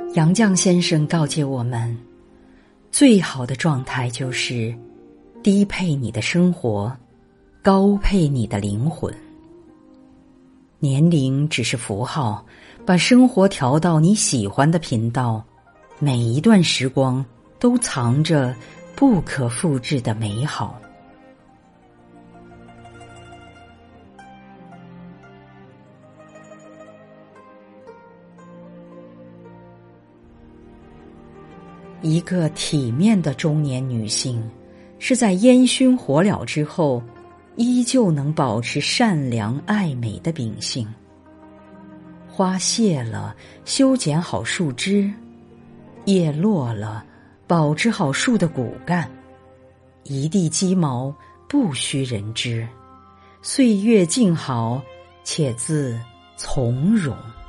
杨绛先生告诫我们，最好的状态就是低配你的生活，高配你的灵魂。年龄只是符号，把生活调到你喜欢的频道，每一段时光都藏着不可复制的美好。一个体面的中年女性，是在烟熏火燎之后，依旧能保持善良爱美的秉性。花谢了，修剪好树枝；叶落了，保持好树的骨干。一地鸡毛，不须人知。岁月静好，且自从容。